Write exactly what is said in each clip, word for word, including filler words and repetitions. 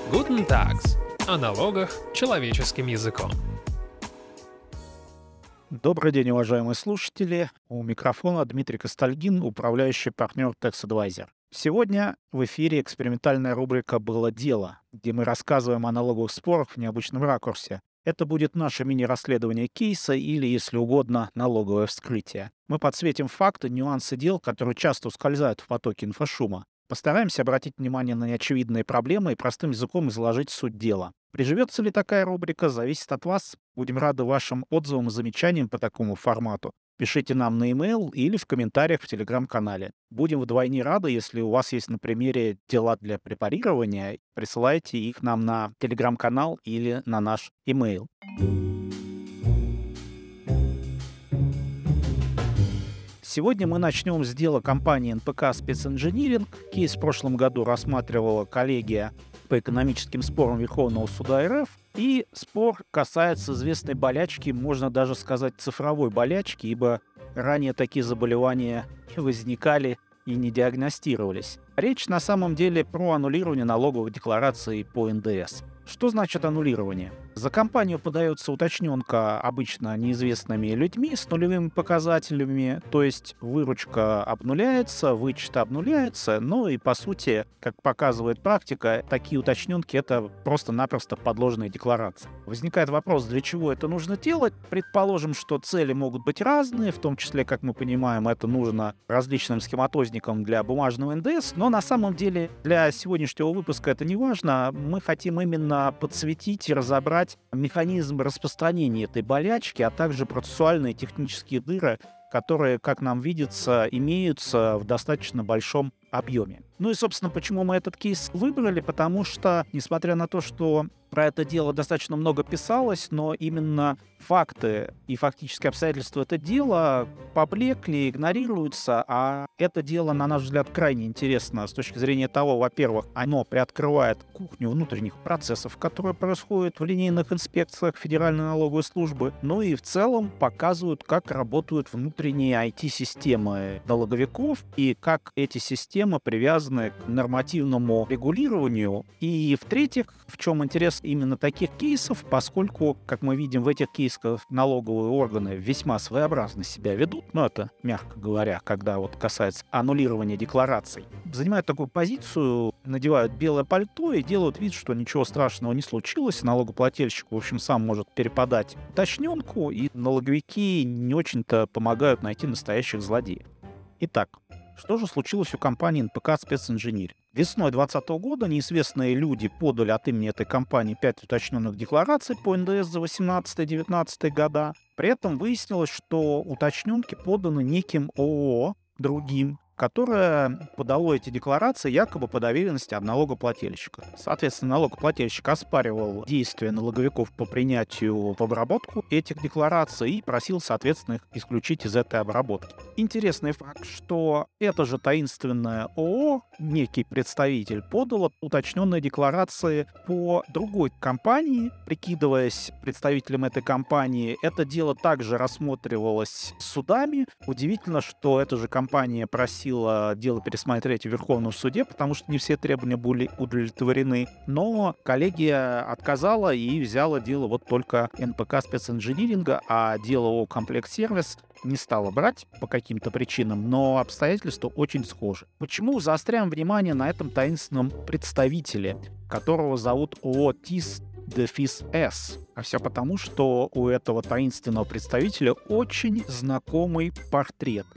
Guten Tags. О налогах человеческим языком. Добрый день, уважаемые слушатели. У микрофона Дмитрий Костальгин, управляющий партнер Tax Advisor. Сегодня в эфире экспериментальная рубрика «Было дело», где мы рассказываем о налоговых спорах в необычном ракурсе. Это будет наше мини-расследование кейса или, если угодно, налоговое вскрытие. Мы подсветим факты, нюансы дел, которые часто ускользают в потоке инфошума. Постараемся обратить внимание на неочевидные проблемы и простым языком изложить суть дела. Приживется ли такая рубрика, зависит от вас. Будем рады вашим отзывам и замечаниям по такому формату. Пишите нам на e-mail или в комментариях в Телеграм-канале. Будем вдвойне рады, если у вас есть на примере дела для препарирования. Присылайте их нам на Телеграм-канал или на наш e-mail. Сегодня мы начнем с дела компании эн пэ ка «Специнжиниринг». Кейс в прошлом году рассматривала коллегия по экономическим спорам Верховного суда эр эф. И спор касается известной болячки, можно даже сказать цифровой болячки, ибо ранее такие заболевания не возникали и не диагностировались. Речь на самом деле про аннулирование налоговых деклараций по эн дэ эс. Что значит аннулирование? За компанию подается уточненка обычно неизвестными людьми с нулевыми показателями, то есть выручка обнуляется, вычет обнуляется, но и по сути, как показывает практика, такие уточненки — это просто-напросто подложные декларации. Возникает вопрос, для чего это нужно делать? Предположим, что цели могут быть разные, в том числе, как мы понимаем, это нужно различным схематозникам для бумажного эн дэ эс, но на самом деле для сегодняшнего выпуска это не важно. Мы хотим именно подсветить и разобрать механизм распространения этой болячки, а также процессуальные технические дыры, которые, как нам видится, имеются в достаточно большом объеме. Ну и, собственно, почему мы этот кейс выбрали? Потому что, несмотря на то, что про это дело достаточно много писалось, но именно факты и фактические обстоятельства этого дела поблекли, игнорируются, а это дело, на наш взгляд, крайне интересно с точки зрения того, во-первых, оно приоткрывает кухню внутренних процессов, которые происходят в линейных инспекциях Федеральной налоговой службы, ну и в целом показывают, как работают внутренние ай ти-системы налоговиков и как эти системы привязаны к нормативному регулированию. И в-третьих, в чем интерес именно таких кейсов, поскольку, как мы видим, в этих кейсах налоговые органы весьма своеобразно себя ведут, ну это, мягко говоря, когда вот касается аннулирования деклараций, занимают такую позицию, надевают белое пальто и делают вид, что ничего страшного не случилось, налогоплательщик, в общем, сам может перепадать уточненку, и налоговики не очень-то помогают найти настоящих злодеев. Итак, что же случилось у компании эн пэ ка «Специнжиниринг»? Весной две тысячи двадцатого года неизвестные люди подали от имени этой компании пять уточненных деклараций по эн дэ эс за восемнадцатый-девятнадцатый года. При этом выяснилось, что уточненки поданы неким ООО, другим, которое подало эти декларации якобы по доверенности от налогоплательщика. Соответственно, налогоплательщик оспаривал действия налоговиков по принятию в обработку этих деклараций и просил, соответственно, их исключить из этой обработки. Интересный факт, что это же таинственное ООО, некий представитель, подало уточненные декларации по другой компании, прикидываясь представителем этой компании. Это дело также рассматривалось судами. Удивительно, что эта же компания просила дело пересмотреть в Верховном суде, потому что не все требования были удовлетворены. Но коллегия отказала и взяла дело вот только эн пэ ка «Специнжиниринга», а дело о «Комплект-сервис» не стала брать по каким-то причинам, но обстоятельства очень схожи. Почему заостряем внимание на этом таинственном представителе, которого зовут ООО ТИС дефис С? А все потому, что у этого таинственного представителя очень знакомый портрет.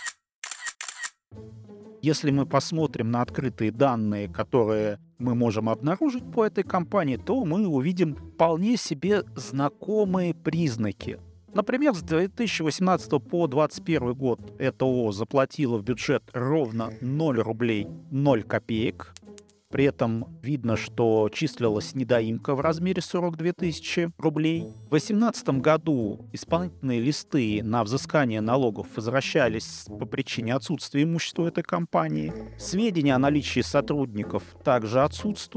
Если мы посмотрим на открытые данные, которые мы можем обнаружить по этой компании, то мы увидим вполне себе знакомые признаки. Например, с две тысячи восемнадцатого по две тысячи двадцать первый год это ООО заплатило в бюджет ровно ноль рублей ноль копеек. При этом видно, что числилась недоимка в размере сорок две тысячи рублей. В две тысячи восемнадцатом году исполнительные листы на взыскание налогов возвращались по причине отсутствия имущества этой компании. Сведения о наличии сотрудников также отсутствуют.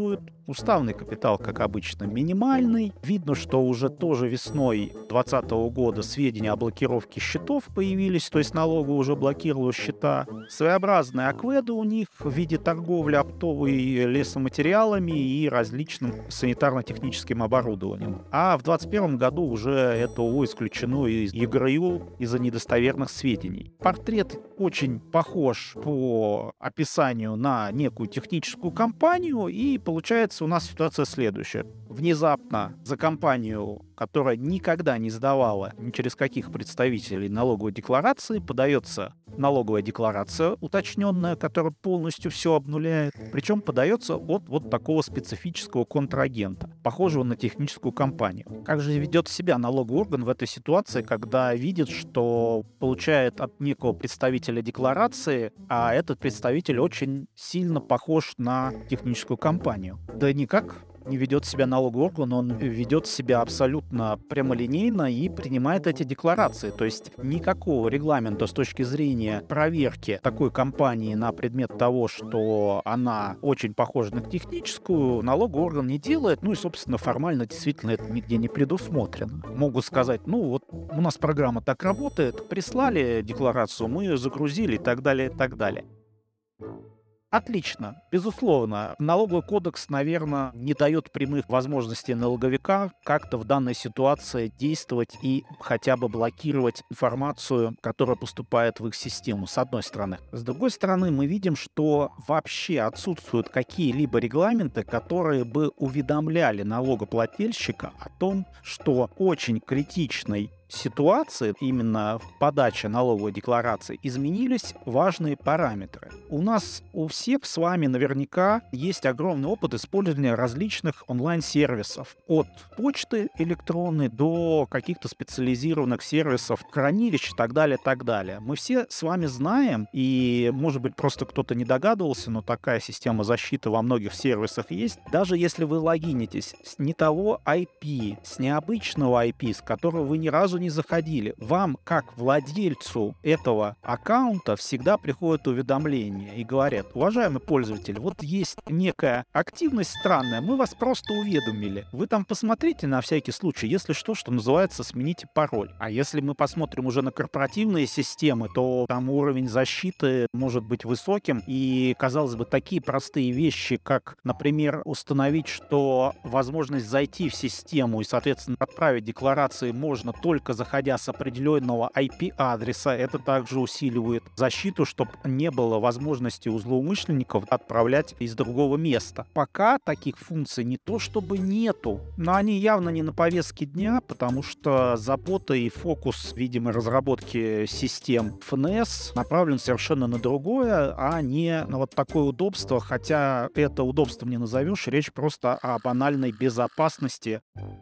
Уставный капитал, как обычно, минимальный. Видно, что уже тоже весной две тысячи двадцатого года сведения о блокировке счетов появились, то есть налоговая уже блокировала счета. Своеобразные акведы у них в виде торговли оптовой лесоматериалами и различным санитарно-техническим оборудованием. А в двадцать первом году уже это ООО исключено из ЕГРЮ из-за недостоверных сведений. Портрет очень похож по описанию на некую техническую компанию, и получается у нас ситуация следующая. Внезапно за компанию, которая никогда не сдавала ни через каких представителей налоговой декларации, подается налоговая декларация уточненная, которая полностью все обнуляет. Причем подается от вот такого специфического контрагента, похожего на техническую компанию. Как же ведет себя налоговый орган в этой ситуации, когда видит, что получает от некого представителя декларации, а этот представитель очень сильно похож на техническую компанию? Да никак не ведет себя налоговый орган, он ведет себя абсолютно прямолинейно и принимает эти декларации. То есть никакого регламента с точки зрения проверки такой компании на предмет того, что она очень похожа на техническую, налоговый орган не делает. Ну и, собственно, формально действительно это нигде не предусмотрено. Могут сказать, ну вот у нас программа так работает, прислали декларацию, мы ее загрузили и так далее, и так далее. Отлично. Безусловно, налоговый кодекс, наверное, не дает прямых возможностей налоговика как-то в данной ситуации действовать и хотя бы блокировать информацию, которая поступает в их систему, с одной стороны. С другой стороны, мы видим, что вообще отсутствуют какие-либо регламенты, которые бы уведомляли налогоплательщика о том, что очень критичной ситуации, именно в подаче налоговой декларации, изменились важные параметры. У нас у всех с вами наверняка есть огромный опыт использования различных онлайн-сервисов. От почты электронной до каких-то специализированных сервисов, хранилищ и так далее, так далее. Мы все с вами знаем, и, может быть, просто кто-то не догадывался, но такая система защиты во многих сервисах есть. Даже если вы логинитесь с не того ай пи, с необычного ай пи, с которого вы ни разу не заходили, вам, как владельцу этого аккаунта, всегда приходят уведомления и говорят: уважаемый пользователь, вот есть некая активность странная, мы вас просто уведомили. Вы там посмотрите на всякий случай, если что, что называется, смените пароль. А если мы посмотрим уже на корпоративные системы, то там уровень защиты может быть высоким, и, казалось бы, такие простые вещи, как, например, установить, что возможность зайти в систему и, соответственно, отправить декларации можно только заходя с определенного ай пи-адреса. Это также усиливает защиту, чтобы не было возможности у злоумышленников отправлять из другого места. Пока таких функций не то чтобы нету, но они явно не на повестке дня, потому что забота и фокус, видимо, разработки систем эф эн эс направлен совершенно на другое, а не на вот такое удобство, хотя это удобством не назовешь, речь просто о банальной безопасности.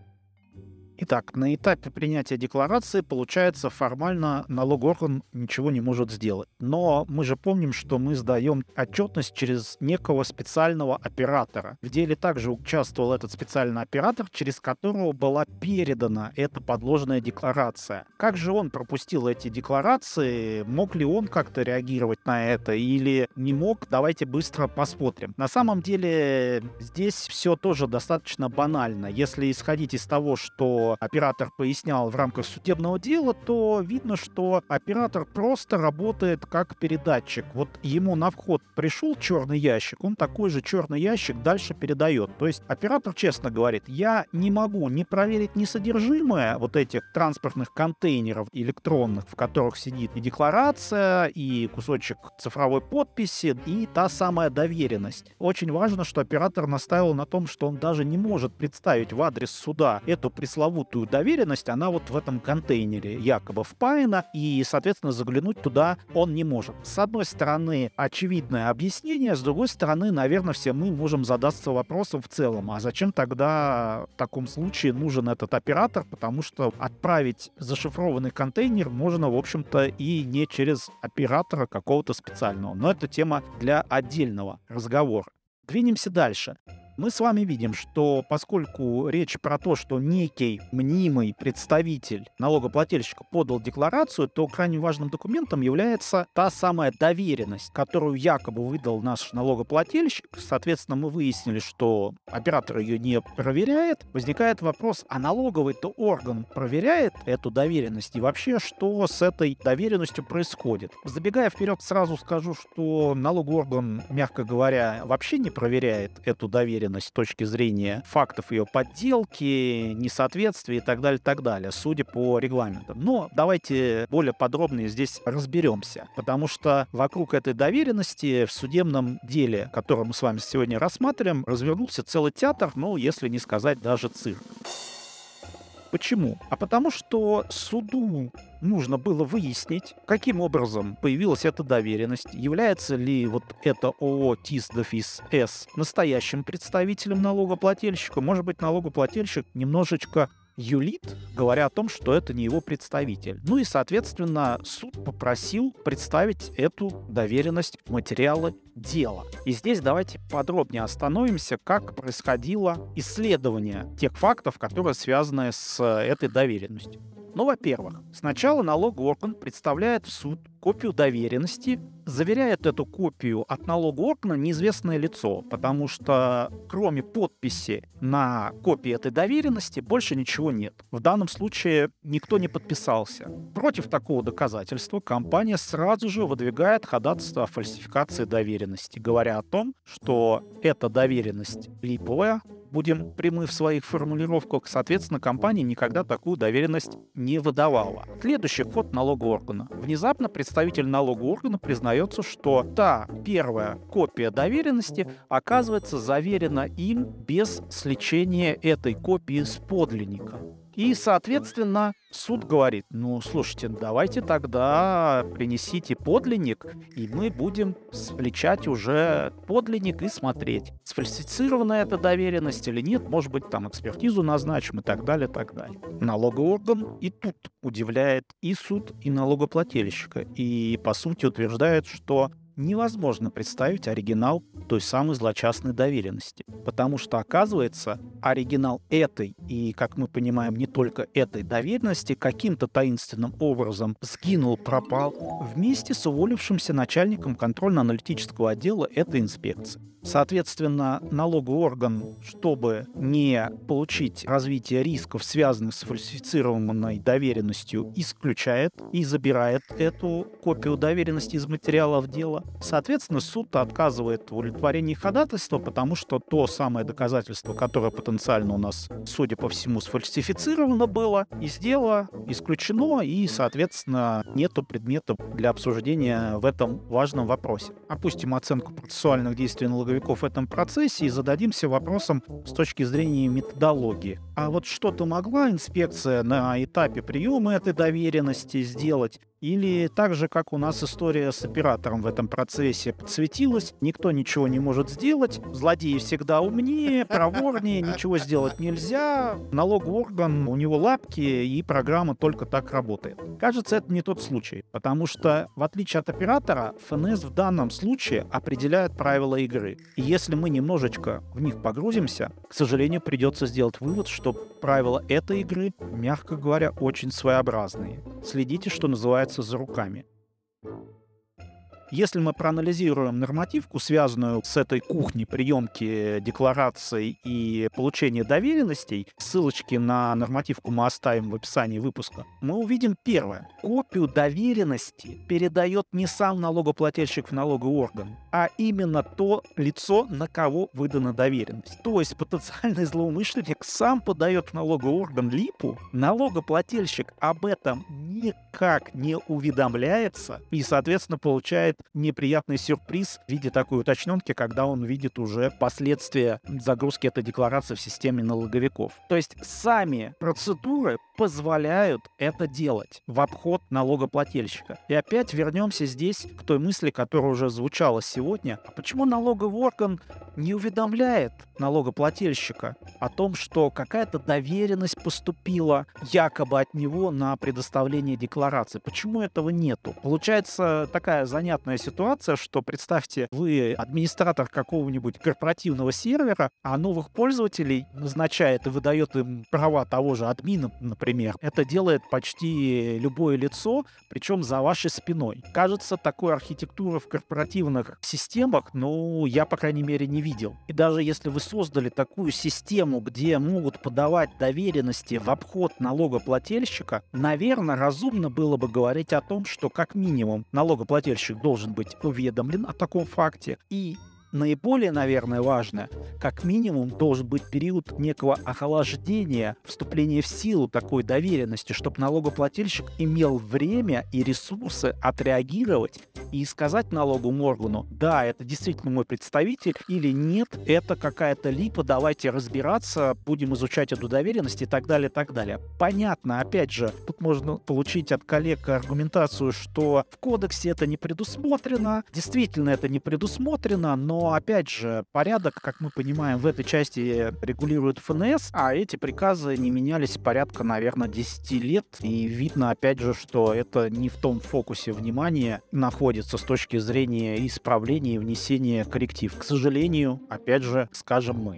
Итак, на этапе принятия декларации, получается, формально налоговый орган ничего не может сделать. Но мы же помним, что мы сдаем отчетность через некого специального оператора. В деле также участвовал этот специальный оператор, через которого была передана эта подложная декларация. Как же он пропустил эти декларации? Мог ли он как-то реагировать на это или не мог? Давайте быстро посмотрим. На самом деле здесь все тоже достаточно банально. Если исходить из того, что оператор пояснял в рамках судебного дела, то видно, что оператор просто работает как передатчик. Вот ему на вход пришел черный ящик, он такой же черный ящик дальше передает. То есть оператор честно говорит: я не могу не проверить ни содержимое вот этих транспортных контейнеров электронных, в которых сидит и декларация, и кусочек цифровой подписи, и та самая доверенность. Очень важно, что оператор настаивал на том, что он даже не может представить в адрес суда эту пресловутую доверенность, она вот в этом контейнере якобы впаяна, и, соответственно, заглянуть туда он не может. С одной стороны, очевидное объяснение, с другой стороны, наверное, все мы можем задаться вопросом в целом, а зачем тогда в таком случае нужен этот оператор, потому что отправить зашифрованный контейнер можно, в общем-то, и не через оператора какого-то специального. Но это тема для отдельного разговора. Двинемся дальше. Мы с вами видим, что поскольку речь про то, что некий мнимый представитель налогоплательщика подал декларацию, то крайне важным документом является та самая доверенность, которую якобы выдал наш налогоплательщик. Соответственно, мы выяснили, что оператор ее не проверяет. Возникает вопрос, а налоговый-то орган проверяет эту доверенность? И вообще, что с этой доверенностью происходит? Забегая вперед, сразу скажу, что налоговый орган, мягко говоря, вообще не проверяет эту доверенность с точки зрения фактов ее подделки, несоответствия и так далее, так далее, судя по регламентам. Но давайте более подробно здесь разберемся, потому что вокруг этой доверенности в судебном деле, которое мы с вами сегодня рассматриваем, развернулся целый театр, ну, если не сказать даже цирк. Почему? А потому что суду нужно было выяснить, каким образом появилась эта доверенность, является ли вот это ООО ТИС-С настоящим представителем налогоплательщика. Может быть, налогоплательщик немножечко юлит, говоря о том, что это не его представитель. Ну и, соответственно, суд попросил представить эту доверенность в материалы дела. И здесь давайте подробнее остановимся, как происходило исследование тех фактов, которые связаны с этой доверенностью. Ну, во-первых, сначала налоговый орган представляет в суд копию доверенности, заверяет эту копию от налогового органа неизвестное лицо, потому что кроме подписи на копии этой доверенности больше ничего нет. В данном случае никто не подписался. Против такого доказательства компания сразу же выдвигает ходатайство о фальсификации доверенности, говоря о том, что эта доверенность липовая, будем прямы в своих формулировках, соответственно, компания никогда такую доверенность не выдавала. Следующий ход налогового органа. Внезапно представитель налогового органа признается, что та первая копия доверенности оказывается заверена им без сличения этой копии с подлинником. И, соответственно, суд говорит, ну, слушайте, давайте тогда принесите подлинник, и мы будем сличать уже подлинник и смотреть, сфальсифицирована эта доверенность или нет, может быть, там экспертизу назначим и так далее, так далее. Налоговый орган и тут удивляет и суд, и налогоплательщика, и, по сути, утверждает, что невозможно представить оригинал той самой злочастной доверенности. Потому что, оказывается, оригинал этой и, как мы понимаем, не только этой доверенности каким-то таинственным образом сгинул, пропал вместе с уволившимся начальником контрольно-аналитического отдела этой инспекции. Соответственно, налоговый орган, чтобы не получить развитие рисков, связанных с фальсифицированной доверенностью, исключает и забирает эту копию доверенности из материалов дела. Соответственно, суд отказывает в удовлетворении ходатайства, потому что то самое доказательство, которое потенциально у нас, судя по всему, сфальсифицировано было, из дела исключено, и, соответственно, нету предмета для обсуждения в этом важном вопросе. Опустим оценку процессуальных действий налоговиков в этом процессе и зададимся вопросом с точки зрения методологии. А вот что-то могла инспекция на этапе приема этой доверенности сделать? Или так же, как у нас история с оператором в этом процессе подсветилась, никто ничего не может сделать, злодеи всегда умнее, проворнее, ничего сделать нельзя, налоговый орган, у него лапки, и программа только так работает. Кажется, это не тот случай, потому что, в отличие от оператора, эф эн эс в данном случае определяет правила игры. И если мы немножечко в них погрузимся, к сожалению, придется сделать вывод, что правила этой игры, мягко говоря, очень своеобразные. Следите, что называется, за руками. Если мы проанализируем нормативку, связанную с этой кухней приемки деклараций и получения доверенностей, ссылочки на нормативку мы оставим в описании выпуска, мы увидим первое. Копию доверенности передает не сам налогоплательщик в налоговый орган, а именно то лицо, на кого выдана доверенность. То есть потенциальный злоумышленник сам подает в налоговый орган липу, налогоплательщик об этом никак не уведомляется и, соответственно, получает неприятный сюрприз в виде такой уточненки, когда он видит уже последствия загрузки этой декларации в системе налоговиков. То есть сами процедуры позволяют это делать в обход налогоплательщика. И опять вернемся здесь к той мысли, которая уже звучала сегодня. А почему налоговый орган не уведомляет налогоплательщика о том, что какая-то доверенность поступила якобы от него на предоставление декларации? Почему этого нету? Получается такая занятная ситуация, что представьте, вы администратор какого-нибудь корпоративного сервера, а новых пользователей назначает и выдает им права того же админа, например. Это делает почти любое лицо, причем за вашей спиной. Кажется, такой архитектуры в корпоративных системах, ну, я, по крайней мере, не видел. И даже если вы создали такую систему, где могут подавать доверенности в обход налогоплательщика, наверное, разумно было бы говорить о том, что как минимум налогоплательщик должен быть уведомлен о таком факте, и наиболее, наверное, важно, как минимум должен быть период некого охлаждения, вступления в силу такой доверенности, чтобы налогоплательщик имел время и ресурсы отреагировать и сказать налоговому органу: да, это действительно мой представитель, или нет, это какая-то липа, давайте разбираться, будем изучать эту доверенность и так далее, и так далее. Понятно, опять же, тут можно получить от коллег аргументацию, что в кодексе это не предусмотрено, действительно это не предусмотрено, но опять же, порядок, как мы понимаем, в этой части регулирует эф эн эс, а эти приказы не менялись порядка, наверное, десять лет, и видно, опять же, что это не в том фокусе внимания находится с точки зрения исправления и внесения корректив. К сожалению, опять же, скажем мы.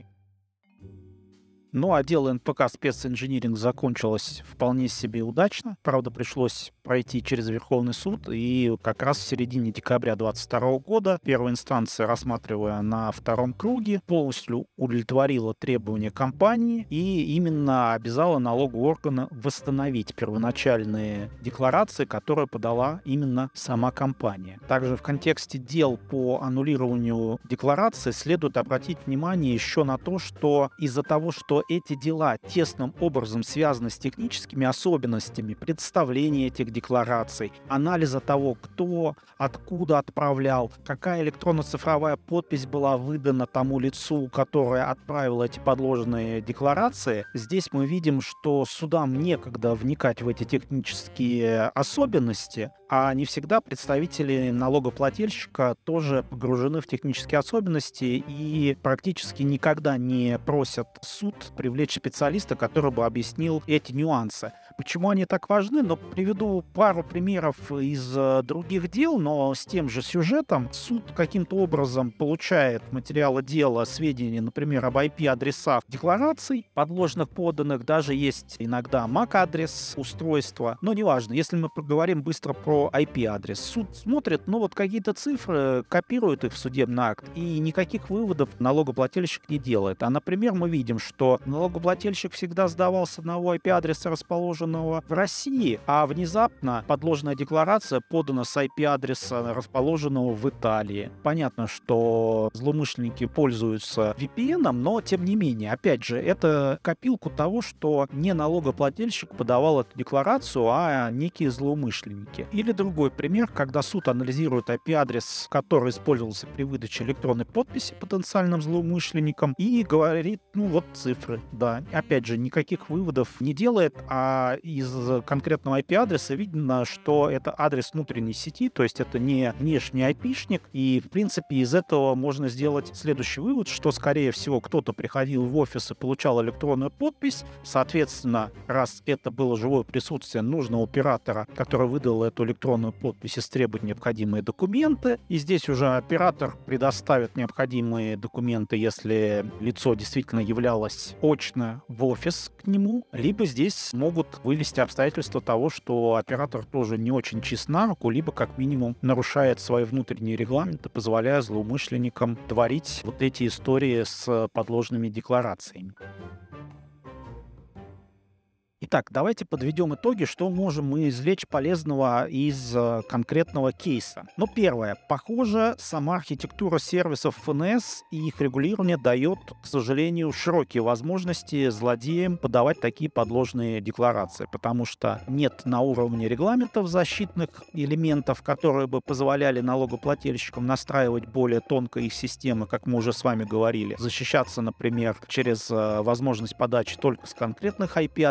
Ну, а дело эн пэ ка специнжиниринг закончилось вполне себе удачно. Правда, пришлось пройти через Верховный суд, и как раз в середине декабря две тысячи двадцать второго года первая инстанция, рассматривая на втором круге, полностью удовлетворила требования компании и именно обязала налоговый орган восстановить первоначальные декларации, которые подала именно сама компания. Также в контексте дел по аннулированию декларации следует обратить внимание еще на то, что из-за того, что эти дела тесным образом связаны с техническими особенностями представления этих деклараций, анализа того, кто, откуда отправлял, какая электронно-цифровая подпись была выдана тому лицу, которое отправило эти подложенные декларации, здесь мы видим, что судам некогда вникать в эти технические особенности, а не всегда представители налогоплательщика тоже погружены в технические особенности и практически никогда не просят суд привлечь специалиста, который бы объяснил эти нюансы. Почему они так важны? Но приведу пару примеров из других дел, но с тем же сюжетом. Суд каким-то образом получает материалы дела, сведения, например, об ай пи-адресах деклараций, подложных поданных, даже есть иногда эм эй си-адрес устройства, но неважно, если мы поговорим быстро про ай пи-адрес. Суд смотрит, ну вот какие-то цифры, копирует их в судебный акт, и никаких выводов налогоплательщик не делает. А, например, мы видим, что налогоплательщик всегда сдавал с одного ай пи-адреса, расположенного в России, а внезапно подложная декларация подана с ай пи-адреса, расположенного в Италии. Понятно, что злоумышленники пользуются ви пи эн, но тем не менее, опять же, это копилку того, что не налогоплательщик подавал эту декларацию, а некие злоумышленники. Или другой пример, когда суд анализирует ай пи-адрес, который использовался при выдаче электронной подписи потенциальным злоумышленникам, и говорит, ну вот цифры, да. Опять же, никаких выводов не делает, а из конкретного ай пи-адреса видно, что это адрес внутренней сети, то есть это не внешний айпишник, и, в принципе, из этого можно сделать следующий вывод, что, скорее всего, кто-то приходил в офис и получал электронную подпись, соответственно, раз это было живое присутствие нужного оператора, который выдал эту электронную подпись, истребовать необходимые документы, и здесь уже оператор предоставит необходимые документы, если лицо действительно являлось очно в офис к нему, либо здесь могут вывести обстоятельства того, что оператор тоже не очень чист на руку, либо как минимум нарушает свои внутренние регламенты, позволяя злоумышленникам творить вот эти истории с подложными декларациями. Итак, давайте подведем итоги, что можем мы извлечь полезного из э, конкретного кейса. Ну, первое. Похоже, сама архитектура сервисов эф эн эс и их регулирование дает, к сожалению, широкие возможности злодеям подавать такие подложные декларации, потому что нет на уровне регламентов защитных элементов, которые бы позволяли налогоплательщикам настраивать более тонко их системы, как мы уже с вами говорили, защищаться, например, через э, возможность подачи только с конкретных ай пи-адресов,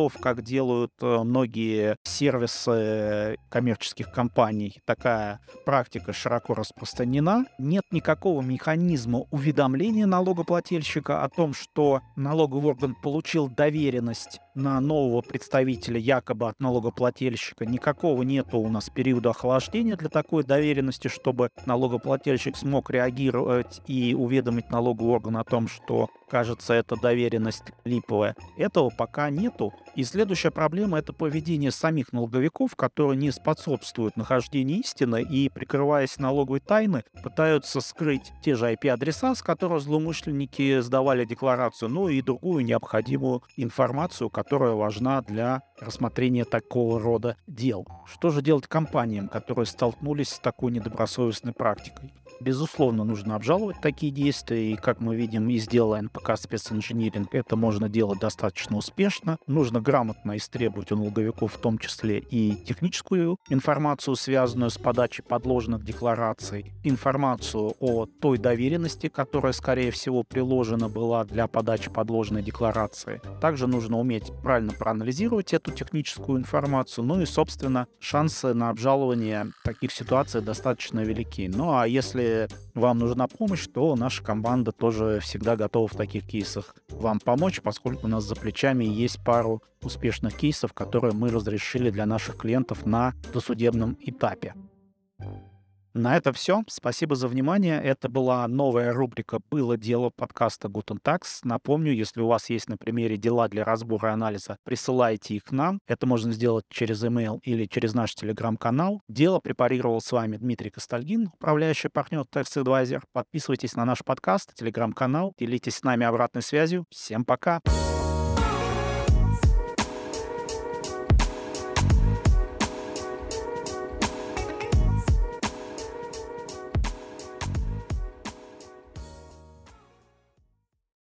налогов, как делают э, многие сервисы коммерческих компаний. Такая практика широко распространена. Нет никакого механизма уведомления налогоплательщика о том, что налоговый орган получил доверенность на нового представителя якобы от налогоплательщика. Никакого нету у нас периода охлаждения для такой доверенности, чтобы налогоплательщик смог реагировать и уведомить налоговый орган о том, что, кажется, эта доверенность липовая. Этого пока нету. И следующая проблема — это поведение самих налоговиков, которые не способствуют нахождению истины и, прикрываясь налоговой тайной, пытаются скрыть те же ай пи-адреса, с которых злоумышленники сдавали декларацию, ну и другую необходимую информацию, которая важна для рассмотрения такого рода дел. Что же делать компаниям, которые столкнулись с такой недобросовестной практикой? Безусловно, нужно обжаловать такие действия, и, как мы видим, из дела эн пэ ка специнжиниринг это можно делать достаточно успешно. Нужно грамотно истребовать у налоговиков в том числе и техническую информацию, связанную с подачей подложных деклараций, информацию о той доверенности, которая, скорее всего, приложена была для подачи подложной декларации. Также нужно уметь правильно проанализировать эту техническую информацию, ну и, собственно, шансы на обжалование таких ситуаций достаточно велики. Ну а если вам нужна помощь, то наша команда тоже всегда готова в таких кейсах вам помочь, поскольку у нас за плечами есть пару успешных кейсов, которые мы разрешили для наших клиентов на досудебном этапе. На этом все. Спасибо за внимание. Это была новая рубрика «Было дело» подкаста Guten Tax. Напомню, если у вас есть на примере дела для разбора и анализа, присылайте их к нам. Это можно сделать через email или через наш телеграм-канал. Дело препарировал с вами Дмитрий Костальгин, управляющий партнер Tax Advisor. Подписывайтесь на наш подкаст, телеграм-канал, делитесь с нами обратной связью. Всем пока!